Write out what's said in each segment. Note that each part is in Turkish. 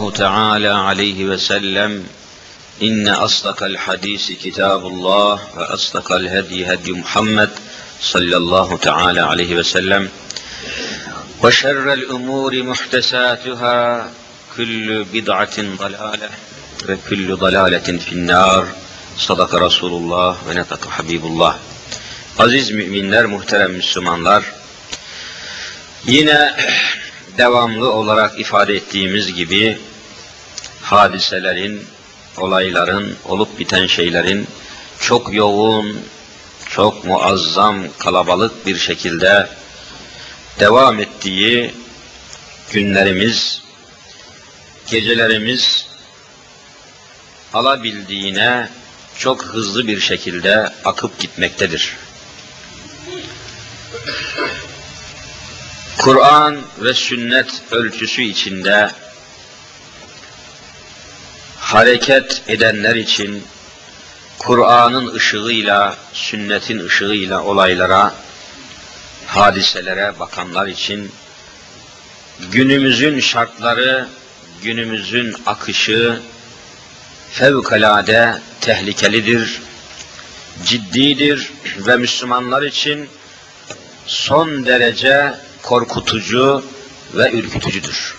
الله تعالى عليه وسلم إن أصدق الحديث كتاب الله وأصدق الهدي هدي محمد صلى الله تعالى عليه وسلم وشر الأمور محدثاتها كل بدعة ضلالة وكل ضلالة في النار صدق Resulullah ve netaka Habibullah. Aziz müminler, muhterem Müslümanlar, yine devamlı olarak ifade ettiğimiz gibi hadiselerin, olayların, olup biten şeylerin çok yoğun, çok muazzam, kalabalık bir şekilde devam ettiği günlerimiz, gecelerimiz alabildiğine çok hızlı bir şekilde akıp gitmektedir. Kur'an ve sünnet ölçüsü içinde hareket edenler için, Kur'an'ın ışığıyla, sünnetin ışığıyla olaylara, hadiselere bakanlar için günümüzün şartları, günümüzün akışı fevkalade tehlikelidir, ciddidir ve Müslümanlar için son derece korkutucu ve ürkütücüdür.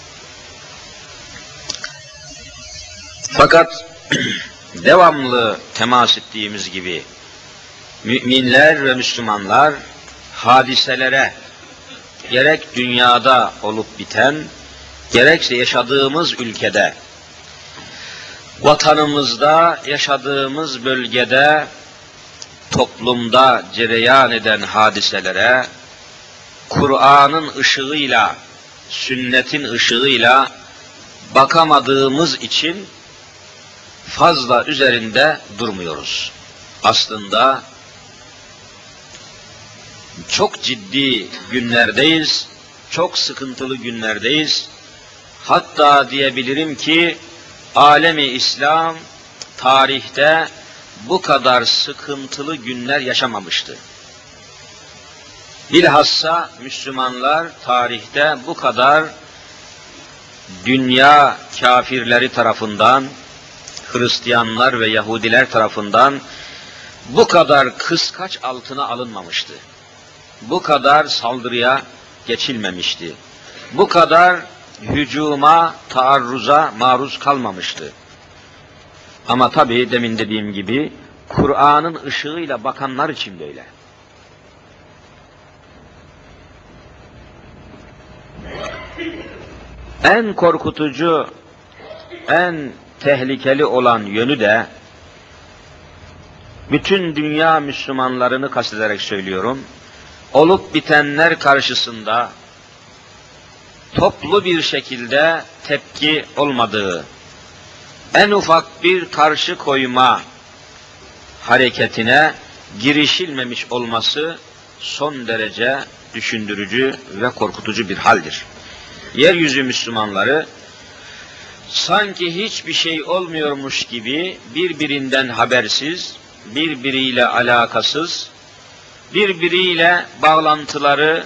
Fakat devamlı temas ettiğimiz gibi müminler ve Müslümanlar hadiselere, gerek dünyada olup biten, gerekse yaşadığımız ülkede, vatanımızda, yaşadığımız bölgede, toplumda cereyan eden hadiselere Kur'an'ın ışığıyla, sünnetin ışığıyla bakamadığımız için fazla üzerinde durmuyoruz. Aslında çok ciddi günlerdeyiz, çok sıkıntılı günlerdeyiz. Hatta diyebilirim ki alemi İslam tarihte bu kadar sıkıntılı günler yaşamamıştı. Bilhassa Müslümanlar tarihte bu kadar dünya kafirleri tarafından, Hristiyanlar ve Yahudiler tarafından bu kadar kıskaç altına alınmamıştı. Bu kadar saldırıya geçilmemişti. Bu kadar hücuma, taarruza maruz kalmamıştı. Ama tabii demin dediğim gibi Kur'an'ın ışığıyla bakanlar için böyle. En korkutucu, en tehlikeli olan yönü de bütün dünya Müslümanlarını kastederek söylüyorum, olup bitenler karşısında toplu bir şekilde tepki olmadığı, en ufak bir karşı koyma hareketine girişilmemiş olması son derece düşündürücü ve korkutucu bir haldir. Yeryüzü Müslümanları sanki hiçbir şey olmuyormuş gibi birbirinden habersiz, birbiriyle alakasız, birbiriyle bağlantıları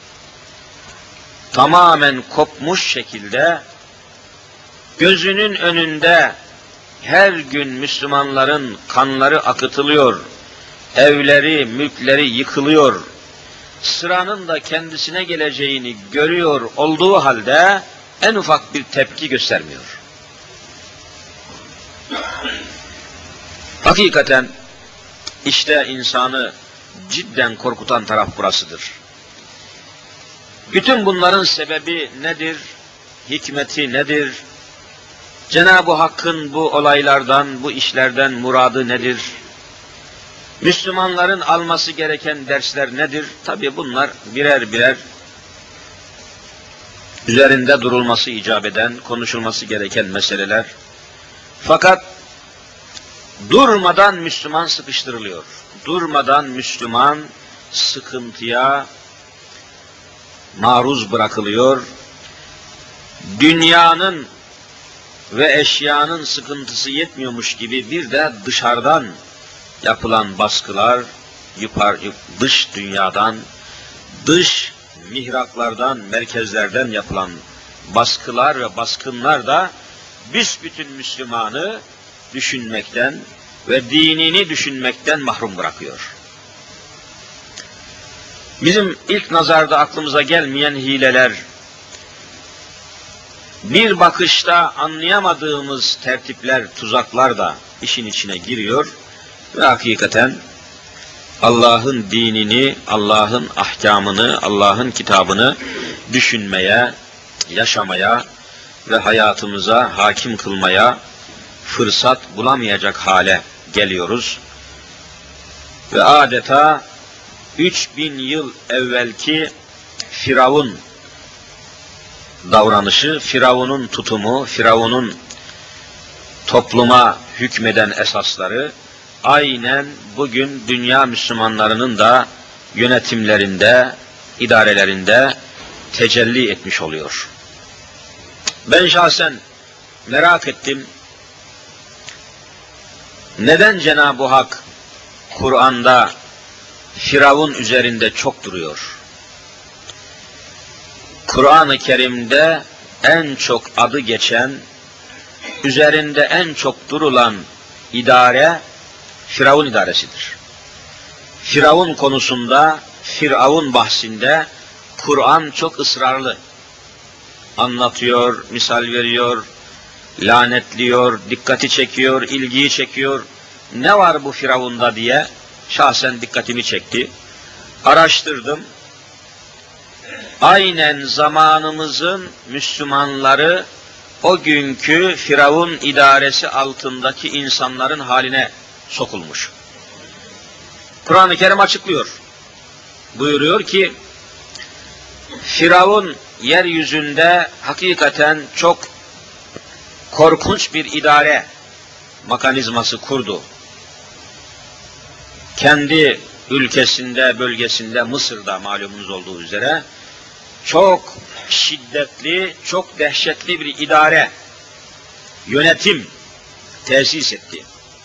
tamamen kopmuş şekilde gözünün önünde her gün Müslümanların kanları akıtılıyor, evleri, mülkleri yıkılıyor, sıranın da kendisine geleceğini görüyor olduğu halde en ufak bir tepki göstermiyor. Hakikaten işte insanı cidden korkutan taraf burasıdır. Bütün bunların sebebi nedir? Hikmeti nedir? Cenab-ı Hakk'ın bu olaylardan, bu işlerden muradı nedir? Müslümanların alması gereken dersler nedir? Tabii bunlar birer birer üzerinde durulması icap eden, konuşulması gereken meseleler. Fakat durmadan Müslüman sıkıştırılıyor. Durmadan Müslüman sıkıntıya maruz bırakılıyor. Dünyanın ve eşyanın sıkıntısı yetmiyormuş gibi bir de dışarıdan yapılan baskılar, dış dünyadan, dış mihraklardan, merkezlerden yapılan baskılar ve baskınlar da büsbütün Müslümanı düşünmekten ve dinini düşünmekten mahrum bırakıyor. Bizim ilk nazarda aklımıza gelmeyen hileler, bir bakışta anlayamadığımız tertipler, tuzaklar da işin içine giriyor ve hakikaten Allah'ın dinini, Allah'ın ahkamını, Allah'ın kitabını düşünmeye, yaşamaya ve hayatımıza hakim kılmaya fırsat bulamayacak hale geliyoruz. Ve adeta 3000 yıl evvelki Firavun davranışı, Firavun'un tutumu, Firavun'un topluma hükmeden esasları aynen bugün dünya Müslümanlarının da yönetimlerinde, idarelerinde tecelli etmiş oluyor. Ben şahsen merak ettim. Neden Cenab-ı Hak Kur'an'da Firavun üzerinde çok duruyor? Kur'an-ı Kerim'de en çok adı geçen, üzerinde en çok durulan idare Firavun idaresidir. Firavun konusunda, Firavun bahsinde Kur'an çok ısrarlı. Anlatıyor, misal veriyor, lanetliyor, dikkati çekiyor, ilgiyi çekiyor. Ne var bu Firavun'da diye şahsen dikkatimi çekti. Araştırdım. Aynen zamanımızın Müslümanları o günkü Firavun idaresi altındaki insanların haline sokulmuş. Kur'an-ı Kerim açıklıyor. Buyuruyor ki Firavun yeryüzünde hakikaten çok korkunç bir idare mekanizması kurdu. Kendi ülkesinde, bölgesinde, Mısır'da malumunuz olduğu üzere çok şiddetli, çok dehşetli bir idare, yönetim tesis etti.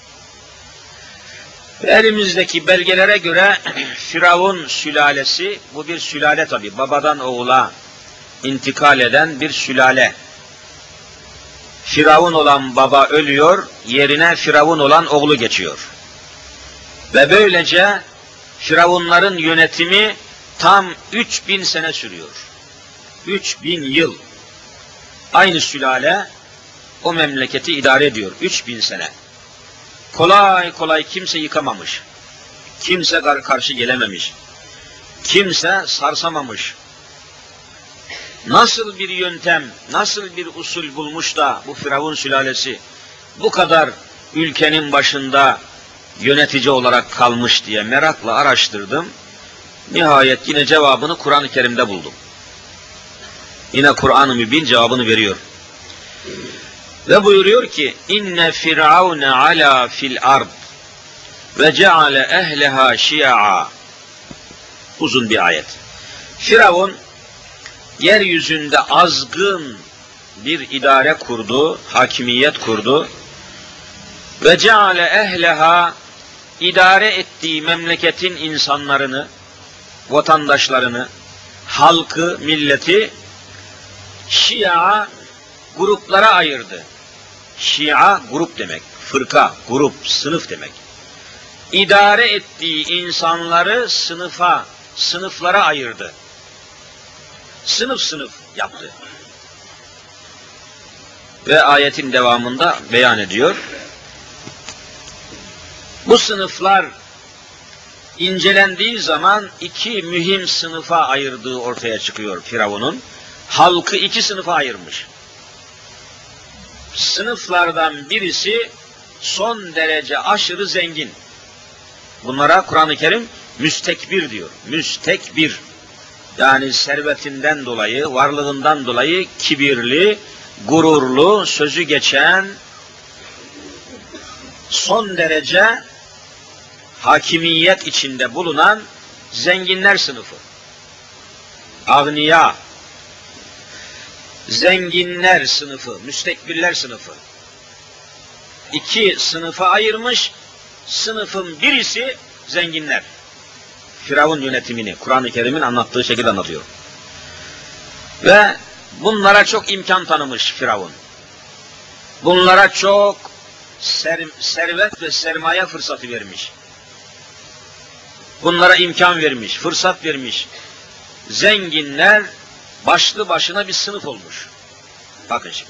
Elimizdeki belgelere göre Firavun sülalesi, bu bir sülale tabi, babadan oğula intikal eden bir sülale. Firavun olan baba ölüyor, yerine Firavun olan oğlu geçiyor. Ve böylece Firavunların yönetimi tam 3000 sene sürüyor. 3000 yıl. Aynı sülale o memleketi idare ediyor. 3000 sene. Kolay kolay kimse yıkamamış. Kimse karşı gelememiş. Kimse sarsamamış. Nasıl bir yöntem, nasıl bir usul bulmuş da bu Firavun sülalesi bu kadar ülkenin başında yönetici olarak kalmış diye merakla araştırdım. Nihayet yine cevabını Kur'an-ı Kerim'de buldum. Yine Kur'an-ı Mübin cevabını veriyor. Ve buyuruyor ki inne firavune ala fil ard ve ceale ehleha şi'a. Uzun bir ayet. Firavun yeryüzünde azgın bir idare kurdu, hakimiyet kurdu. Ve ceale ehleha, idare ettiği memleketin insanlarını, vatandaşlarını, halkı, milleti Şia gruplara ayırdı. Şia grup demek, fırka, grup, sınıf demek. İdare ettiği insanları sınıflara ayırdı. Sınıf sınıf yaptı. Ve ayetin devamında beyan ediyor. Bu sınıflar incelendiği zaman iki mühim sınıfa ayırdığı ortaya çıkıyor Firavun'un. Halkı iki sınıfa ayırmış. Sınıflardan birisi son derece aşırı zengin. Bunlara Kur'an-ı Kerim müstekbir diyor. Müstekbir. Yani servetinden dolayı, varlığından dolayı kibirli, gururlu, sözü geçen, son derece hakimiyet içinde bulunan zenginler sınıfı. Agniya, zenginler sınıfı, müstekbirler sınıfı. İki sınıfa ayırmış, sınıfın birisi zenginler. Firavun yönetimini Kur'an-ı Kerim'in anlattığı şekilde anlatıyor. Ve bunlara çok imkan tanımış Firavun. Bunlara çok servet ve sermaye fırsatı vermiş. Bunlara imkan vermiş, fırsat vermiş. Zenginler başlı başına bir sınıf olmuş. Bakın şimdi.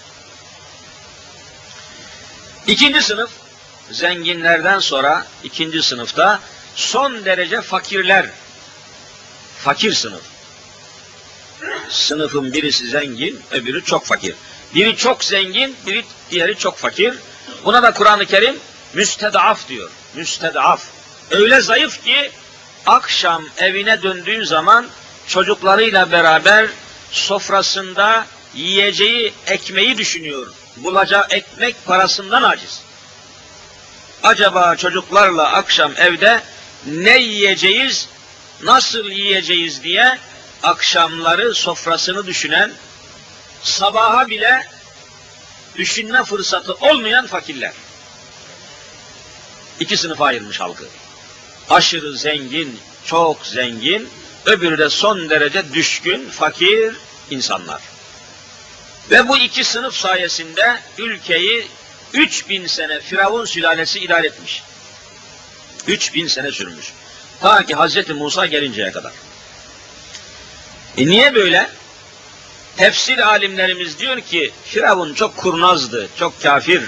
İkinci sınıf, zenginlerden sonra ikinci sınıfta son derece fakirler. Fakir sınıf. Sınıfın birisi zengin, öbürü çok fakir. Biri çok zengin, diğeri çok fakir. Buna da Kur'an-ı Kerim müstedaf diyor. Müstedaf. Öyle zayıf ki akşam evine döndüğün zaman çocuklarıyla beraber sofrasında yiyeceği ekmeği düşünüyor. Bulacağı ekmek parasından aciz. Acaba çocuklarla akşam evde ne yiyeceğiz, nasıl yiyeceğiz diye akşamları sofrasını düşünen, sabaha bile düşünme fırsatı olmayan fakirler. İki sınıfa ayırmış halkı. Aşırı zengin, çok zengin, öbürü de son derece düşkün, fakir insanlar. Ve bu iki sınıf sayesinde ülkeyi 3000 sene Firavun sülalesi idare etmiş. 3000 sene sürmüş. Ta ki Hazreti Musa gelinceye kadar. Niye böyle? Tefsir alimlerimiz diyor ki Firavun çok kurnazdı, çok kafir.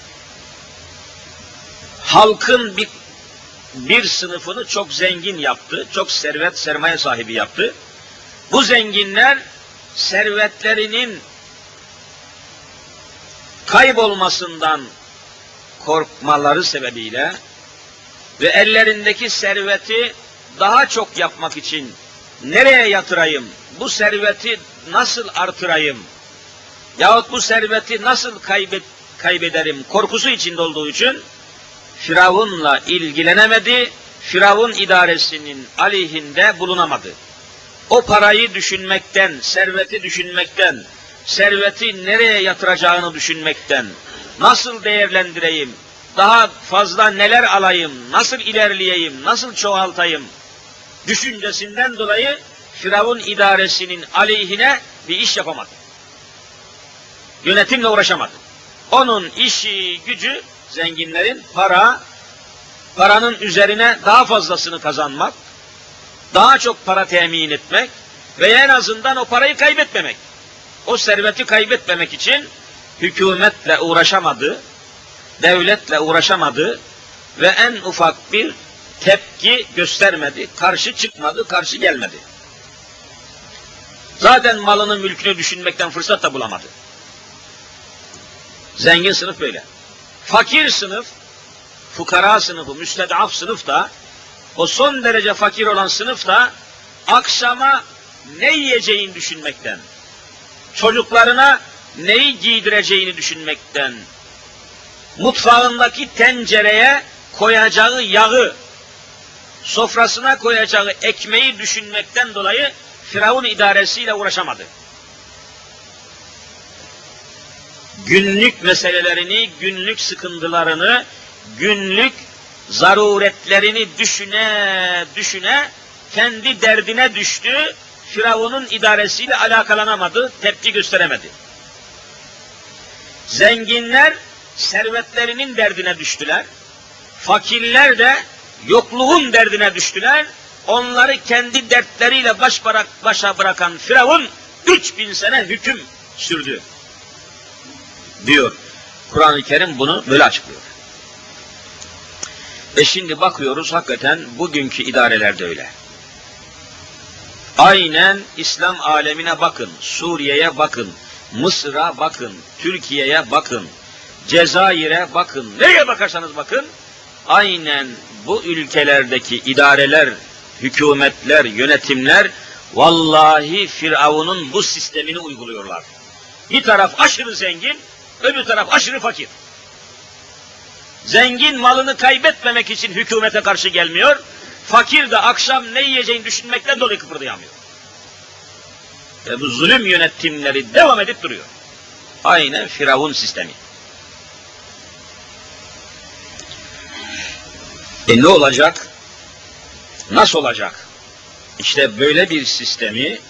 Halkın bir sınıfını çok zengin yaptı, çok servet, sermaye sahibi yaptı. Bu zenginler servetlerinin kaybolmasından korkmaları sebebiyle ve ellerindeki serveti daha çok yapmak için nereye yatırayım, bu serveti nasıl artırayım yahut bu serveti nasıl kaybederim korkusu içinde olduğu için Firavun'la ilgilenemedi, Firavun idaresinin aleyhinde bulunamadı. O parayı düşünmekten, serveti düşünmekten, serveti nereye yatıracağını düşünmekten, nasıl değerlendireyim, daha fazla neler alayım, nasıl ilerleyeyim, nasıl çoğaltayım düşüncesinden dolayı Firavun idaresinin aleyhine bir iş yapamadı. Yönetimle uğraşamadı. Onun işi, gücü zenginlerin paranın üzerine daha fazlasını kazanmak, daha çok para temin etmek ve en azından o parayı kaybetmemek. O serveti kaybetmemek için hükümetle uğraşamadı, devletle uğraşamadı ve en ufak bir tepki göstermedi, karşı çıkmadı, karşı gelmedi. Zaten malını, mülkünü düşünmekten fırsat da bulamadı. Zengin sınıf böyle. Fakir sınıf, fukara sınıfı, müstedaf sınıf da, o son derece fakir olan sınıf da akşama ne yiyeceğini düşünmekten, çocuklarına neyi giydireceğini düşünmekten, mutfağındaki tencereye koyacağı yağı, sofrasına koyacağı ekmeği düşünmekten dolayı Firavun idaresiyle uğraşamadı. Günlük meselelerini, günlük sıkıntılarını, günlük zaruretlerini düşüne kendi derdine düştü. Firavun'un idaresiyle alakalanamadı, tepki gösteremedi. Zenginler servetlerinin derdine düştüler. Fakirler de yokluğun derdine düştüler. Onları kendi dertleriyle başa bırakan Firavun 3000 sene hüküm sürdü diyor. Kur'an-ı Kerim bunu böyle açıklıyor. Şimdi bakıyoruz hakikaten bugünkü idareler de öyle. Aynen İslam alemine bakın, Suriye'ye bakın, Mısır'a bakın, Türkiye'ye bakın, Cezayir'e bakın, nereye bakarsanız bakın, aynen bu ülkelerdeki idareler, hükümetler, yönetimler, vallahi Firavun'un bu sistemini uyguluyorlar. Bir taraf aşırı zengin, öbür taraf aşırı fakir. Zengin malını kaybetmemek için hükümete karşı gelmiyor, fakir de akşam ne yiyeceğini düşünmekten dolayı kıpırdayamıyor. Ve bu zulüm yönetimleri devam edip duruyor. Aynen Firavun sistemi. Ne olacak? Nasıl olacak? İşte böyle bir sistemi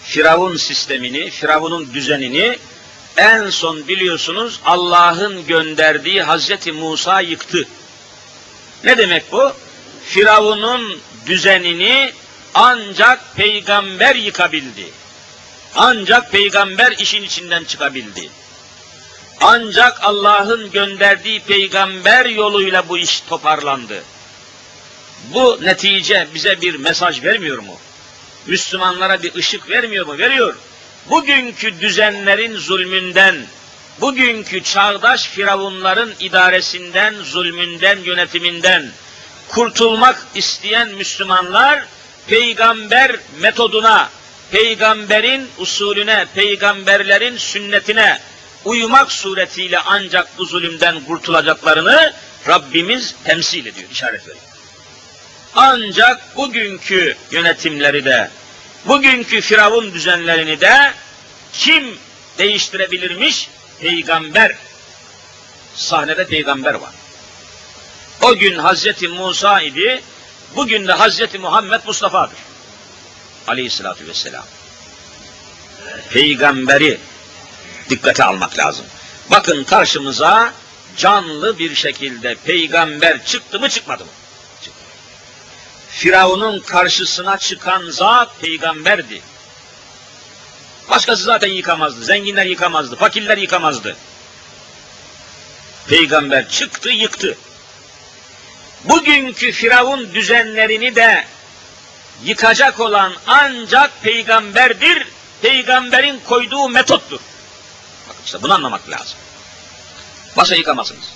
Firavun sistemini, Firavun'un düzenini en son biliyorsunuz Allah'ın gönderdiği Hazreti Musa yıktı. Ne demek bu? Firavun'un düzenini ancak peygamber yıkabildi. Ancak peygamber işin içinden çıkabildi. Ancak Allah'ın gönderdiği peygamber yoluyla bu iş toparlandı. Bu netice bize bir mesaj vermiyor mu? Müslümanlara bir ışık vermiyor mu? Veriyor. Bugünkü düzenlerin zulmünden, bugünkü çağdaş firavunların idaresinden, zulmünden, yönetiminden kurtulmak isteyen Müslümanlar peygamber metoduna, peygamberin usulüne, peygamberlerin sünnetine uymak suretiyle ancak bu zulümden kurtulacaklarını Rabbimiz temsil ediyor, işaret veriyor. Ancak bugünkü yönetimleri de, bugünkü firavun düzenlerini de kim değiştirebilirmiş? Peygamber. Sahnede peygamber var. O gün Hazreti Musa idi, bugün de Hazreti Muhammed Mustafa'dır. Aleyhissalatü vesselam. Peygamberi dikkate almak lazım. Bakın karşımıza canlı bir şekilde peygamber çıktı mı çıkmadı mı? Çıktı. Firavun'un karşısına çıkan zat peygamberdi. Başkası zaten yıkamazdı. Zenginler yıkamazdı. Fakirler yıkamazdı. Peygamber çıktı, yıktı. Bugünkü Firavun düzenlerini de yıkacak olan ancak peygamberdir. Peygamberin koyduğu metottur. Bakın işte bunu anlamak lazım. Başka yıkamazsınız.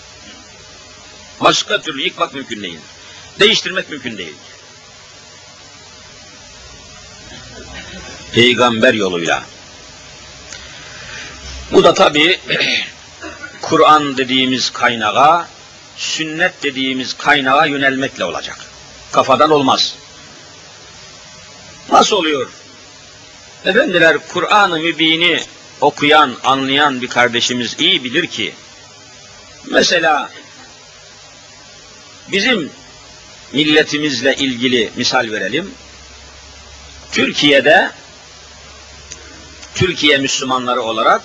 Başka türlü yıkmak mümkün değil. Değiştirmek mümkün değil. Peygamber yoluyla. Bu da tabii Kur'an dediğimiz kaynağa, sünnet dediğimiz kaynağa yönelmekle olacak. Kafadan olmaz. Nasıl oluyor? Efendiler, Kur'an-ı Mübin'i okuyan, anlayan bir kardeşimiz iyi bilir ki, mesela bizim milletimizle ilgili misal verelim. Türkiye Müslümanları olarak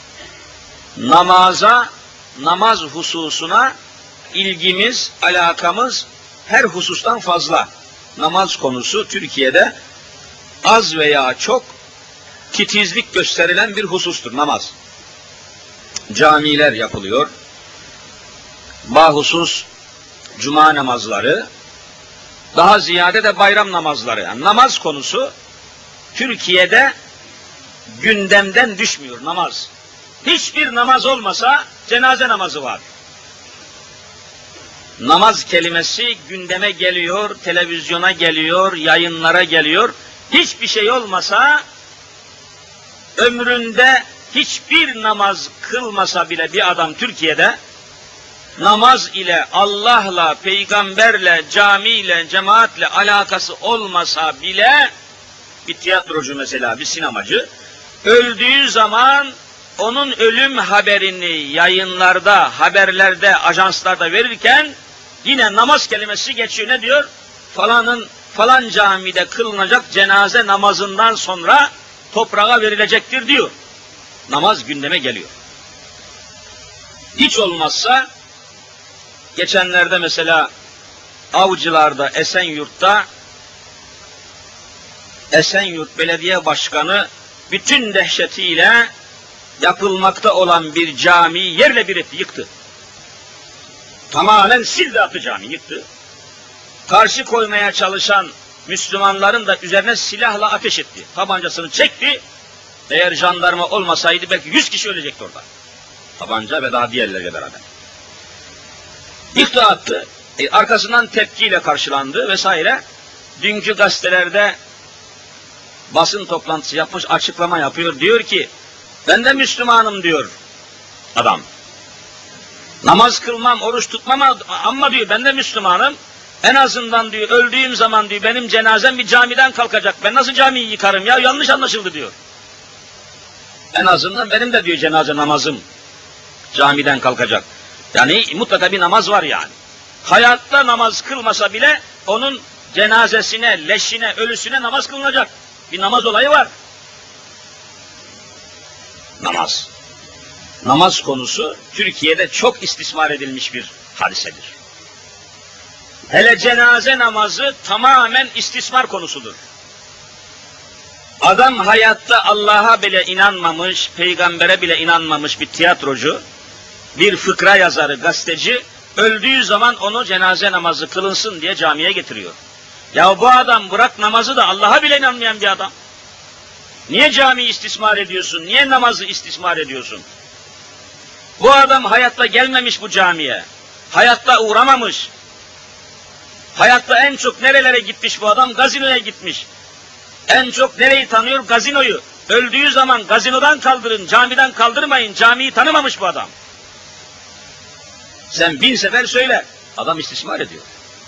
namaz hususuna ilgimiz, alakamız her husustan fazla. Namaz konusu Türkiye'de az veya çok titizlik gösterilen bir husustur namaz. Camiler yapılıyor. Bahusus cuma namazları, daha ziyade de bayram namazları. Yani namaz konusu Türkiye'de gündemden düşmüyor namaz. Hiçbir namaz olmasa cenaze namazı var. Namaz kelimesi gündeme geliyor, televizyona geliyor, yayınlara geliyor. Hiçbir şey olmasa, ömründe hiçbir namaz kılmasa bile bir adam Türkiye'de, namaz ile, Allah'la, peygamberle, camiyle, cemaatle alakası olmasa bile, bir tiyatrocu mesela, bir sinemacı, öldüğü zaman onun ölüm haberini yayınlarda, haberlerde, ajanslarda verirken yine namaz kelimesi geçiyor. Ne diyor? Falan camide kılınacak cenaze namazından sonra toprağa verilecektir diyor. Namaz gündeme geliyor. Hiç olmazsa geçenlerde mesela Avcılar'da, Esenyurt Belediye Başkanı bütün dehşetiyle yapılmakta olan bir camiyi yerle bir etti, yıktı. Tamamen sildi attı, cami yıktı. Karşı koymaya çalışan Müslümanların da üzerine silahla ateş etti. Tabancasını çekti. Eğer jandarma olmasaydı belki 100 kişi ölecekti orada. Tabanca ve daha diğerleriyle beraber. Yıktı attı. Arkasından tepkiyle karşılandı vesaire. Dünkü gazetelerde basın toplantısı yapmış, açıklama yapıyor. Diyor ki, ben de Müslümanım diyor adam. Namaz kılmam, oruç tutmam ama diyor ben de Müslümanım. En azından diyor öldüğüm zaman diyor benim cenazem bir camiden kalkacak. Ben nasıl camiyi yıkarım ya, yanlış anlaşıldı diyor. En azından benim de diyor cenaze namazım camiden kalkacak. Yani mutlaka bir namaz var yani. Hayatta namaz kılmasa bile onun cenazesine, leşine, ölüsüne namaz kılınacak. Bir namaz olayı var. Namaz. Namaz konusu Türkiye'de çok istismar edilmiş bir hadisedir. Hele cenaze namazı tamamen istismar konusudur. Adam hayatta Allah'a bile inanmamış, peygambere bile inanmamış bir tiyatrocu, bir fıkra yazarı, gazeteci, öldüğü zaman onu cenaze namazı kılınsın diye camiye getiriyor. Ya bu adam bırak namazı da Allah'a bile inanmayan bir adam. Niye camiyi istismar ediyorsun? Niye namazı istismar ediyorsun? Bu adam hayatta gelmemiş bu camiye. Hayatta uğramamış. Hayatta en çok nerelere gitmiş bu adam? Gazinoya gitmiş. En çok nereyi tanıyor? Gazinoyu. Öldüğü zaman gazinodan kaldırın, camiden kaldırmayın. Camiyi tanımamış bu adam. Sen 1000 sefer söyle. Adam istismar ediyor.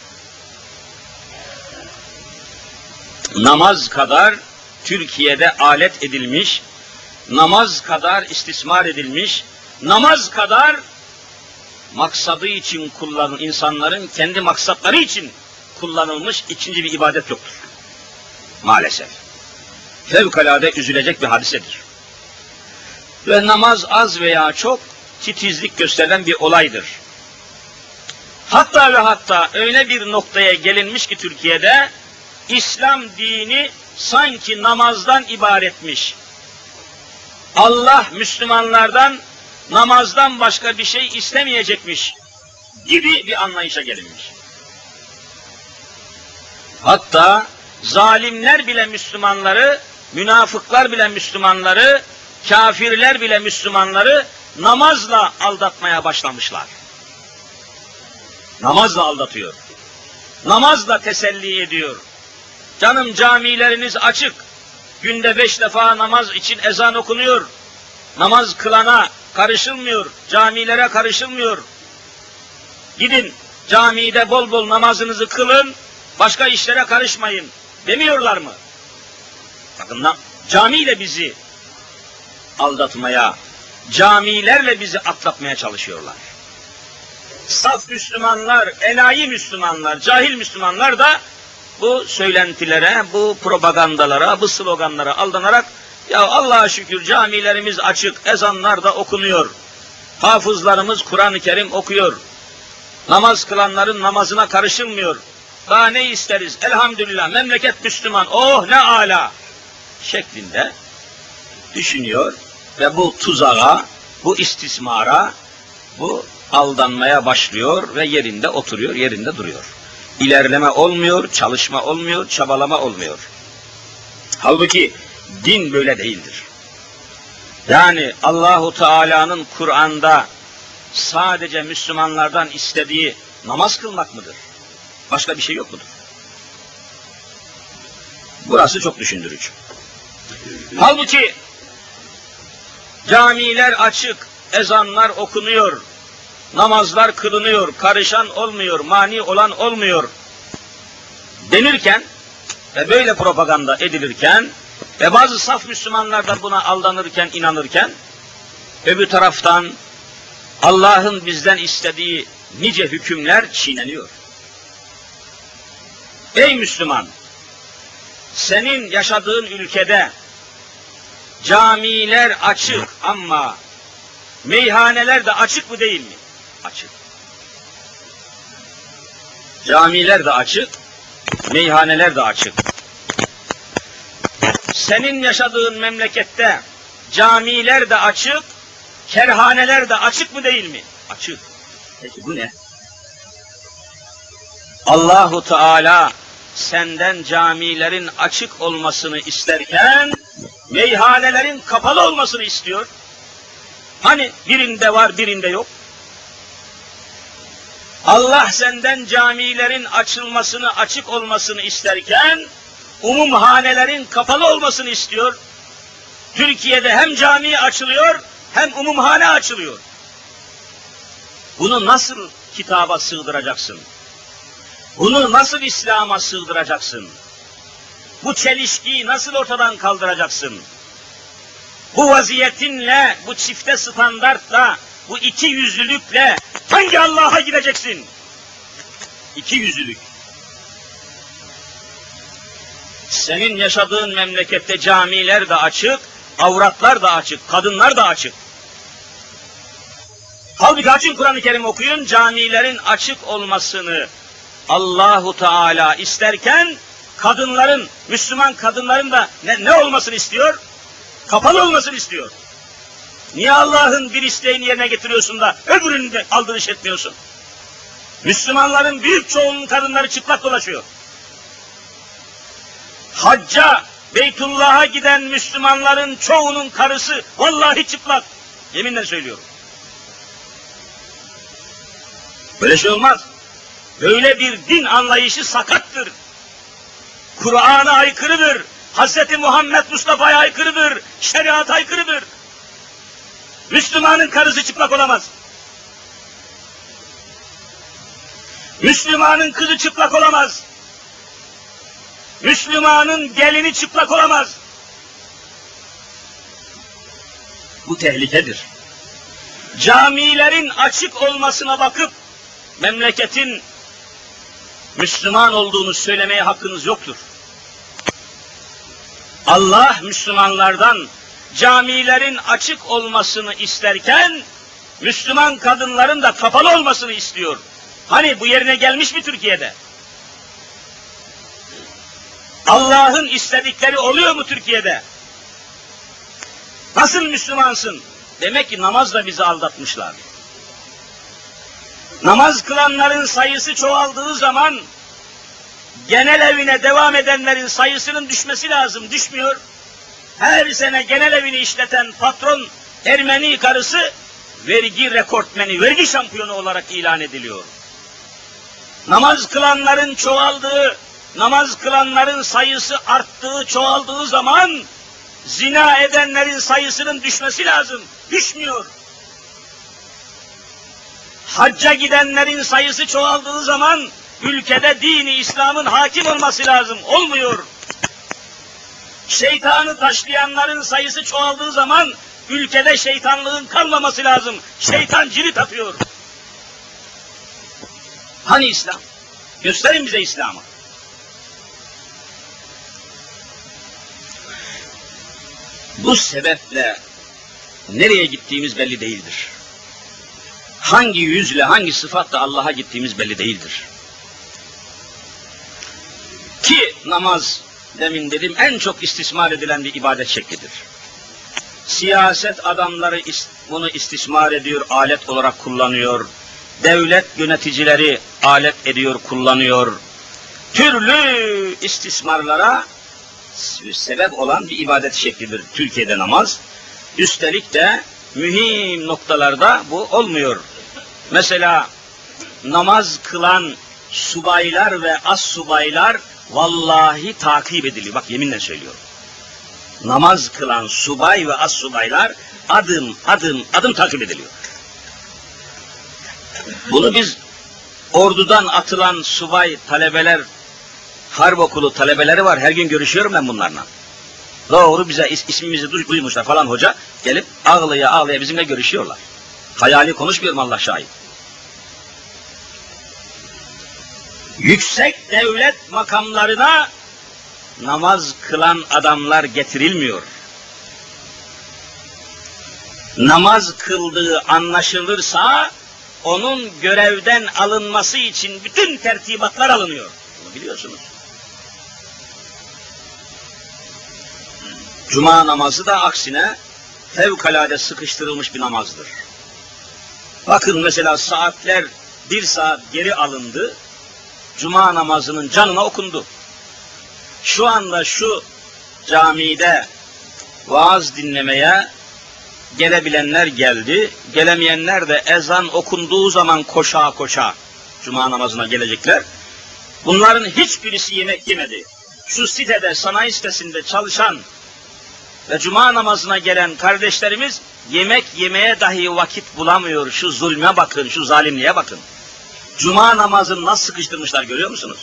Namaz kadar Türkiye'de alet edilmiş, namaz kadar istismar edilmiş, namaz kadar maksadı için kullanılan insanların kendi maksatları için kullanılmış ikinci bir ibadet yoktur. Maalesef. Fevkalade üzülecek bir hadisedir. Ve namaz az veya çok titizlik gösteren bir olaydır. Hatta ve hatta öyle bir noktaya gelinmiş ki Türkiye'de İslam dini sanki namazdan ibaretmiş. Allah Müslümanlardan namazdan başka bir şey istemeyecekmiş gibi bir anlayışa gelinmiş. Hatta zalimler bile Müslümanları, münafıklar bile Müslümanları, kafirler bile Müslümanları namazla aldatmaya başlamışlar. Namazla aldatıyor. Namazla teselli ediyor. Canım camileriniz açık. Günde 5 defa namaz için ezan okunuyor. Namaz kılana karışılmıyor. Camilere karışılmıyor. Gidin camide bol bol namazınızı kılın. Başka işlere karışmayın. Demiyorlar mı? Bakın camiyle bizi aldatmaya, camilerle bizi atlatmaya çalışıyorlar. Saf Müslümanlar, enayi Müslümanlar, cahil Müslümanlar da bu söylentilere, bu propagandalara, bu sloganlara aldanarak ya Allah'a şükür camilerimiz açık, ezanlar da okunuyor. Hafızlarımız Kur'an-ı Kerim okuyor. Namaz kılanların namazına karışılmıyor. Daha ne isteriz? Elhamdülillah memleket Müslüman. Oh ne âlâ şeklinde düşünüyor ve bu tuzağa, bu istismara, bu aldanmaya başlıyor ve yerinde oturuyor, yerinde duruyor. İlerleme olmuyor, çalışma olmuyor, çabalama olmuyor. Halbuki din böyle değildir. Yani Allahu Teala'nın Kur'an'da sadece Müslümanlardan istediği namaz kılmak mıdır? Başka bir şey yok mudur? Burası çok düşündürücü. Halbuki camiler açık, ezanlar okunuyor, namazlar kılınıyor, karışan olmuyor, mani olan olmuyor denirken ve böyle propaganda edilirken ve bazı saf Müslümanlar da buna aldanırken, inanırken öbür taraftan Allah'ın bizden istediği nice hükümler çiğneniyor. Ey Müslüman! Senin yaşadığın ülkede camiler açık ama meyhaneler de açık mı değil mi? Açık. Camiler de açık, meyhaneler de açık. Senin yaşadığın memlekette camiler de açık, kerhaneler de açık mı değil mi? Açık. Peki bu ne? Allahu Teala senden camilerin açık olmasını isterken meyhanelerin kapalı olmasını istiyor. Hani birinde var, birinde yok. Allah senden camilerin açılmasını, açık olmasını isterken umumhanelerin kapalı olmasını istiyor. Türkiye'de hem cami açılıyor hem umumhane açılıyor. Bunu nasıl kitaba sığdıracaksın? Bunu nasıl İslam'a sığdıracaksın? Bu çelişkiyi nasıl ortadan kaldıracaksın? Bu vaziyetinle, bu çifte standartla, bu iki yüzlülükle hangi Allah'a gideceksin? İki yüzlülük. Senin yaşadığın memlekette camiler de açık, avratlar da açık, kadınlar da açık. Halbuki açın Kur'an-ı Kerim okuyun, camilerin açık olmasını Allahu Teala isterken kadınların, Müslüman kadınların da ne olmasını istiyor? Kapalı olmasını istiyor. Niye Allah'ın bir isteğini yerine getiriyorsun da öbürünü de aldırış etmiyorsun? Müslümanların büyük çoğunluğunun kadınları çıplak dolaşıyor. Hacca, Beytullah'a giden Müslümanların çoğunun karısı vallahi çıplak. Yeminle söylüyorum. Böyle şey olmaz. Böyle bir din anlayışı sakattır. Kur'an'a aykırıdır. Hz. Muhammed Mustafa'ya aykırıdır. Şeriata aykırıdır. Müslümanın karısı çıplak olamaz. Müslümanın kızı çıplak olamaz. Müslümanın gelini çıplak olamaz. Bu tehlikedir. Camilerin açık olmasına bakıp memleketin Müslüman olduğunu söylemeye hakkınız yoktur. Allah Müslümanlardan camilerin açık olmasını isterken Müslüman kadınların da kapalı olmasını istiyor. Hani bu yerine gelmiş mi Türkiye'de? Allah'ın istedikleri oluyor mu Türkiye'de? Nasıl Müslümansın? Demek ki namazla bizi aldatmışlar. Namaz kılanların sayısı çoğaldığı zaman genel evine devam edenlerin sayısının düşmesi lazım. Düşmüyor. Her sene genel evini işleten patron Ermeni karısı vergi rekortmeni, vergi şampiyonu olarak ilan ediliyor. Namaz kılanların çoğaldığı, namaz kılanların sayısı arttığı, çoğaldığı zaman zina edenlerin sayısının düşmesi lazım. Düşmüyor. Hacca gidenlerin sayısı çoğaldığı zaman ülkede dini İslam'ın hakim olması lazım. Olmuyor. Şeytanı taşlayanların sayısı çoğaldığı zaman ülkede şeytanlığın kalmaması lazım. Şeytan cirit atıyor. Hani İslam? Gösterin bize İslam'ı. Bu sebeple nereye gittiğimiz belli değildir. Hangi yüzle, hangi sıfatla Allah'a gittiğimiz belli değildir. Ki namaz, demin dedim, en çok istismar edilen bir ibadet şeklidir. Siyaset adamları bunu istismar ediyor, alet olarak kullanıyor. Devlet yöneticileri alet ediyor, kullanıyor. Türlü istismarlara sebep olan bir ibadet şeklidir Türkiye'de namaz. Üstelik de mühim noktalarda bu olmuyor. Mesela namaz kılan subaylar ve as-subaylar vallahi takip ediliyor. Bak yeminle söylüyorum. Namaz kılan subay ve as-subaylar adım adım takip ediliyor. Bunu biz ordudan atılan subay talebeler, harp okulu talebeleri var. Her gün görüşüyorum ben bunlarla. Doğru bize ismimizi duymuşlar falan hoca. Gelip ağlaya ağlaya bizimle görüşüyorlar. Hayali konuşmuyorum, Allah şahit. Yüksek devlet makamlarına namaz kılan adamlar getirilmiyor. Namaz kıldığı anlaşılırsa onun görevden alınması için bütün tertibatlar alınıyor. Bunu biliyorsunuz. Cuma namazı da aksine fevkalade sıkıştırılmış bir namazdır. Bakın mesela saatler 1 saat geri alındı. Cuma namazının canına okundu. Şu anda şu camide vaaz dinlemeye gelebilenler geldi. Gelemeyenler de ezan okunduğu zaman koşa koşa Cuma namazına gelecekler. Bunların hiçbirisi yemek yemedi. Şu sitede, sanayi sitesinde çalışan ve Cuma namazına gelen kardeşlerimiz yemek yemeye dahi vakit bulamıyor. Şu zulme bakın, şu zalimliğe bakın. Cuma namazını nasıl sıkıştırmışlar görüyor musunuz?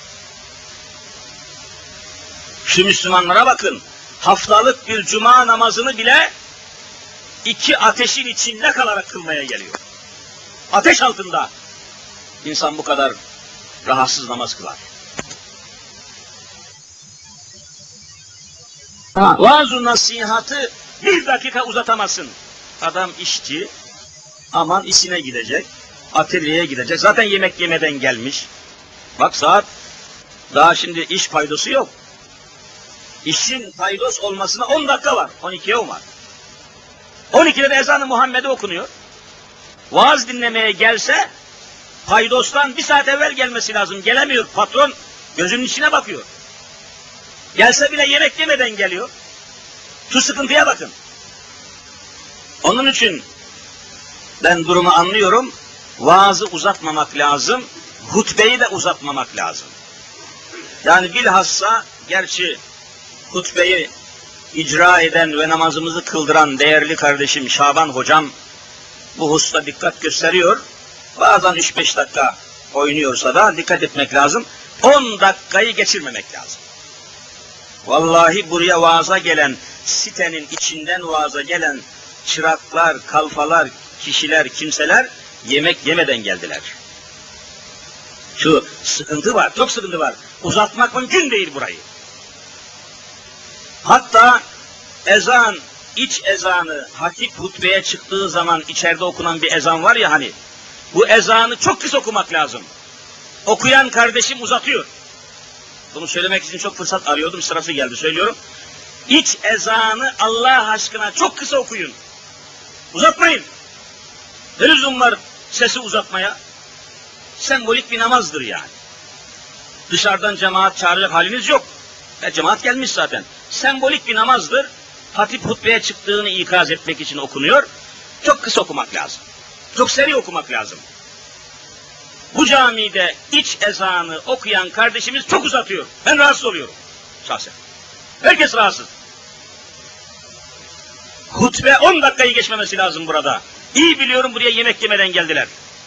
Şu Müslümanlara bakın. Haftalık bir Cuma namazını bile 2 ateşin içinde kalarak kılmaya geliyor. Ateş altında insan bu kadar rahatsız namaz kılar. Vaaz-ı nasihatı Bir dakika uzatamazsın. Adam işçi, aman işine gidecek, atölyeye gidecek. Zaten yemek yemeden gelmiş. Bak saat, daha şimdi iş paydosu yok. İşin paydos olmasına 10 dakika var, 12'ye var. 12'de de ezan-ı Muhammed'e okunuyor. Vaaz dinlemeye gelse, paydostan 1 saat evvel gelmesi lazım. Gelemiyor, patron gözünün içine bakıyor. Gelse bile yemek yemeden geliyor. Şu sıkıntıya bakın. Onun için ben durumu anlıyorum. Vaazı uzatmamak lazım. Hutbeyi de uzatmamak lazım. Yani bilhassa gerçi hutbeyi icra eden ve namazımızı kıldıran değerli kardeşim Şaban hocam bu hususta dikkat gösteriyor. Bazen 3-5 dakika oynuyorsa da dikkat etmek lazım. 10 dakikayı geçirmemek lazım. Vallahi buraya vaaza gelen, sitenin içinden vaaza gelen çıraklar, kalfalar, kişiler, kimseler yemek yemeden geldiler. Şu sıkıntı var, çok sıkıntı var. Uzatmak mümkün değil burayı. Hatta ezan, iç ezanı, hatip hutbeye çıktığı zaman içeride okunan bir ezan var ya hani, bu ezanı çok kısa okumak lazım. Okuyan kardeşim uzatıyor. Bunu söylemek için çok fırsat arıyordum, sırası geldi söylüyorum. İç ezanı Allah aşkına çok kısa okuyun. Uzatmayın. Ne lüzum var sesi uzatmaya? Sembolik bir namazdır yani. Dışarıdan cemaat çağıracak haliniz yok. Cemaat gelmiş zaten. Sembolik bir namazdır. Hatip hutbeye çıktığını ikaz etmek için okunuyor. Çok kısa okumak lazım. Çok seri okumak lazım. Bu camide iç ezanı okuyan kardeşimiz çok uzatıyor. Ben rahatsız oluyorum şahsen. Herkes rahatsız. Hutbe 10 dakikayı geçmemesi lazım burada. İyi biliyorum buraya yemek yemeden geldiler.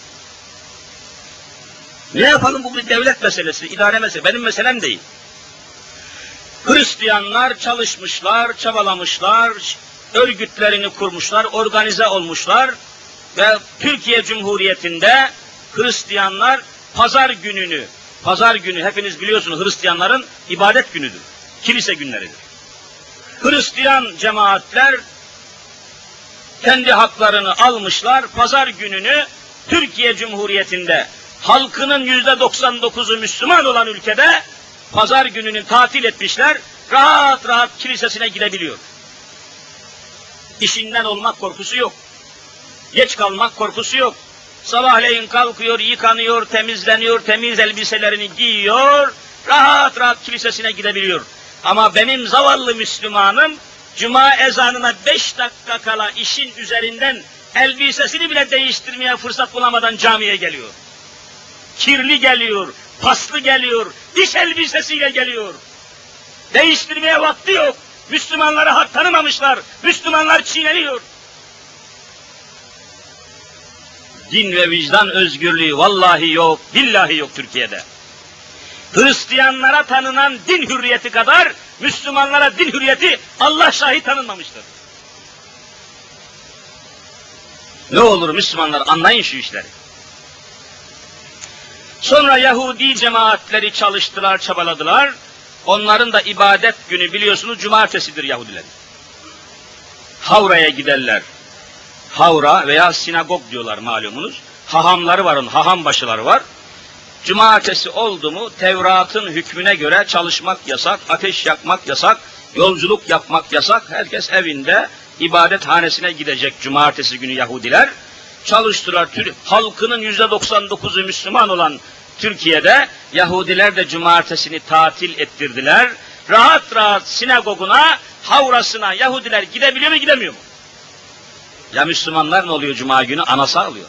Ne yapalım, bu bir devlet meselesi, idare meselesi, benim meselem değil. Hristiyanlar çalışmışlar, çabalamışlar, örgütlerini kurmuşlar, organize olmuşlar ve Türkiye Cumhuriyeti'nde Hristiyanlar pazar günü hepiniz biliyorsunuz Hristiyanların ibadet günüdür, kilise günleridir. Hristiyan cemaatler kendi haklarını almışlar, pazar gününü Türkiye Cumhuriyeti'nde halkının %99'u Müslüman olan ülkede pazar gününü tatil etmişler, rahat rahat kilisesine gidebiliyor. İşinden olmak korkusu yok, geç kalmak korkusu yok. Sabahleyin kalkıyor, yıkanıyor, temizleniyor, temiz elbiselerini giyiyor, rahat rahat kilisesine gidebiliyor. Ama benim zavallı Müslümanım, cuma ezanına 5 dakika kala işin üzerinden elbisesini bile değiştirmeye fırsat bulamadan camiye geliyor. Kirli geliyor, paslı geliyor, iş elbisesiyle geliyor. Değiştirmeye vakti yok. Müslümanlara hak tanımamışlar, Müslümanlar çiğneniyor. Din ve vicdan özgürlüğü vallahi yok, billahi yok Türkiye'de. Hristiyanlara tanınan din hürriyeti kadar Müslümanlara din hürriyeti Allah şahit tanınmamıştır. Ne olur Müslümanlar anlayın şu işleri. Sonra Yahudi cemaatleri çalıştılar, çabaladılar. Onların da ibadet günü biliyorsunuz cumartesidir Yahudilerin. Havra'ya giderler. Havra veya sinagog diyorlar malumunuz. Hahamları var onun, haham başıları var. Cumartesi oldu mu Tevrat'ın hükmüne göre çalışmak yasak, ateş yakmak yasak, yolculuk yapmak yasak. Herkes evinde ibadethanesine gidecek cumartesi günü Yahudiler. Çalıştılar. Halkının %99'u Müslüman olan Türkiye'de Yahudiler de cumartesini tatil ettirdiler. Rahat rahat sinagoguna, havrasına Yahudiler gidebiliyor mu, gidemiyor mu? Ya Müslümanlar ne oluyor cuma günü? Anası ağlıyor.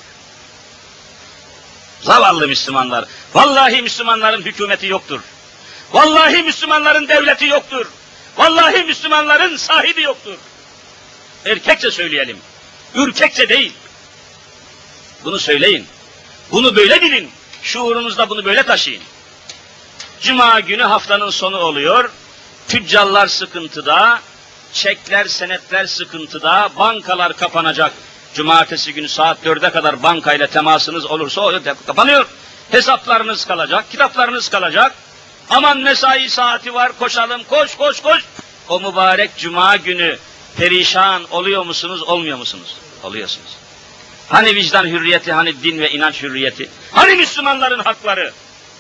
Zavallı Müslümanlar. Vallahi Müslümanların hükümeti yoktur. Vallahi Müslümanların devleti yoktur. Vallahi Müslümanların sahibi yoktur. Erkekçe söyleyelim. Ürkekçe değil. Bunu söyleyin. Bunu böyle bilin. Şuurunuzda bunu böyle taşıyın. Cuma günü haftanın sonu oluyor. Tüccarlar sıkıntıda, çekler, senetler sıkıntıda, bankalar kapanacak. Cumartesi günü saat 4'e kadar bankayla temasınız olursa o kapanıyor. Hesaplarınız kalacak, kitaplarınız kalacak. Aman mesai saati var, koşalım, koş koş koş. O mübarek cuma günü perişan oluyor musunuz, olmuyor musunuz? Oluyorsunuz. Hani vicdan hürriyeti, hani din ve inanç hürriyeti, hani Müslümanların hakları?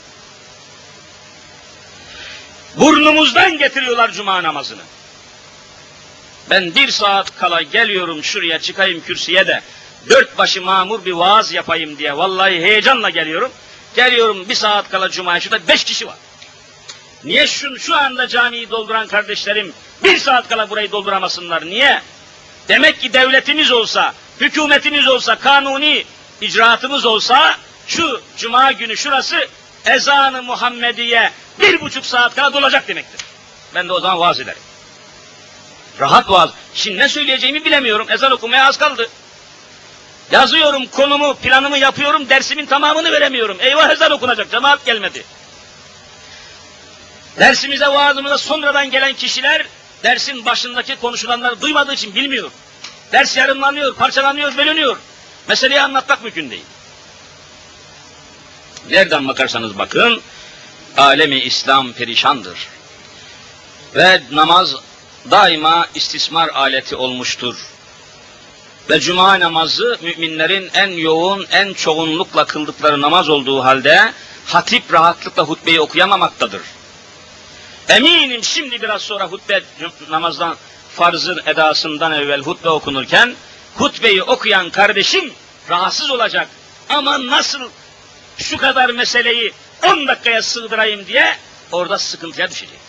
Burnumuzdan getiriyorlar cuma namazını. Ben 1 saat kala geliyorum şuraya, çıkayım kürsüye de 4 başı mamur bir vaaz yapayım diye vallahi heyecanla geliyorum. Geliyorum 1 saat kala cumaya, şurada 5 kişi var. Niye şu anda camiyi dolduran kardeşlerim 1 saat kala burayı dolduramasınlar? Niye? Demek ki devletimiz olsa, hükümetimiz olsa, kanuni icraatımız olsa şu cuma günü şurası ezan-ı Muhammediye 1,5 saat kala dolacak demektir. Ben de o zaman vaaz ederim. Rahat vaaz. Şimdi ne söyleyeceğimi bilemiyorum. Ezan okumaya az kaldı. Yazıyorum konumu, planımı yapıyorum, dersimin tamamını veremiyorum. Eyvah ezan okunacak, cemaat gelmedi. Dersimize, vaazımıza sonradan gelen kişiler dersin başındaki konuşulanları duymadığı için bilmiyor. Ders yarımlanıyor, parçalanıyor, bölünüyor. Meseleyi anlatmak mümkün değil. Nereden bakarsanız bakın, alemi İslam perişandır. Ve namaz daima istismar aleti olmuştur. Ve cuma namazı müminlerin en yoğun, en çoğunlukla kıldıkları namaz olduğu halde hatip rahatlıkla hutbeyi okuyamamaktadır. Eminim şimdi biraz sonra hutbe namazdan, farzın edasından evvel hutbe okunurken hutbeyi okuyan kardeşim rahatsız olacak. Ama nasıl şu kadar meseleyi 10 dakikaya sığdırayım diye orada sıkıntıya düşecek.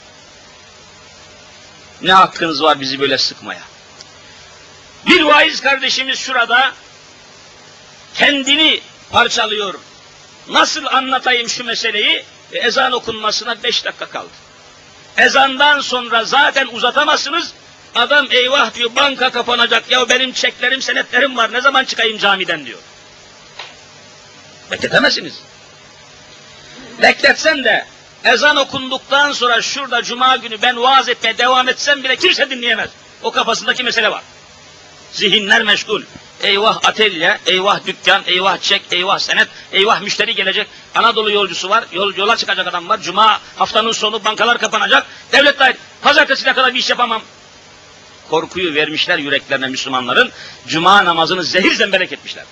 Ne hakkınız var bizi böyle sıkmaya? Bir vaiz kardeşimiz şurada kendini parçalıyor. Nasıl anlatayım şu meseleyi? Ezan okunmasına 5 dakika kaldı. Ezandan sonra zaten uzatamazsınız. Adam eyvah diyor, banka kapanacak. Ya benim çeklerim, senetlerim var. Ne zaman çıkayım camiden diyor. Bekletemezsiniz. Bekletsen de ezan okunduktan sonra şurada cuma günü ben vaaz etmeye devam etsem bile kimse dinleyemez. O kafasındaki mesele var. Zihinler meşgul. Eyvah atölye, eyvah dükkan, eyvah çek, eyvah senet, eyvah müşteri gelecek. Anadolu yolcusu var, yola çıkacak adam var. Cuma haftanın sonu bankalar kapanacak. Devlet dair pazartesine kadar bir iş yapamam. Korkuyu vermişler yüreklerine Müslümanların. Cuma namazını zehir zemberek etmişler.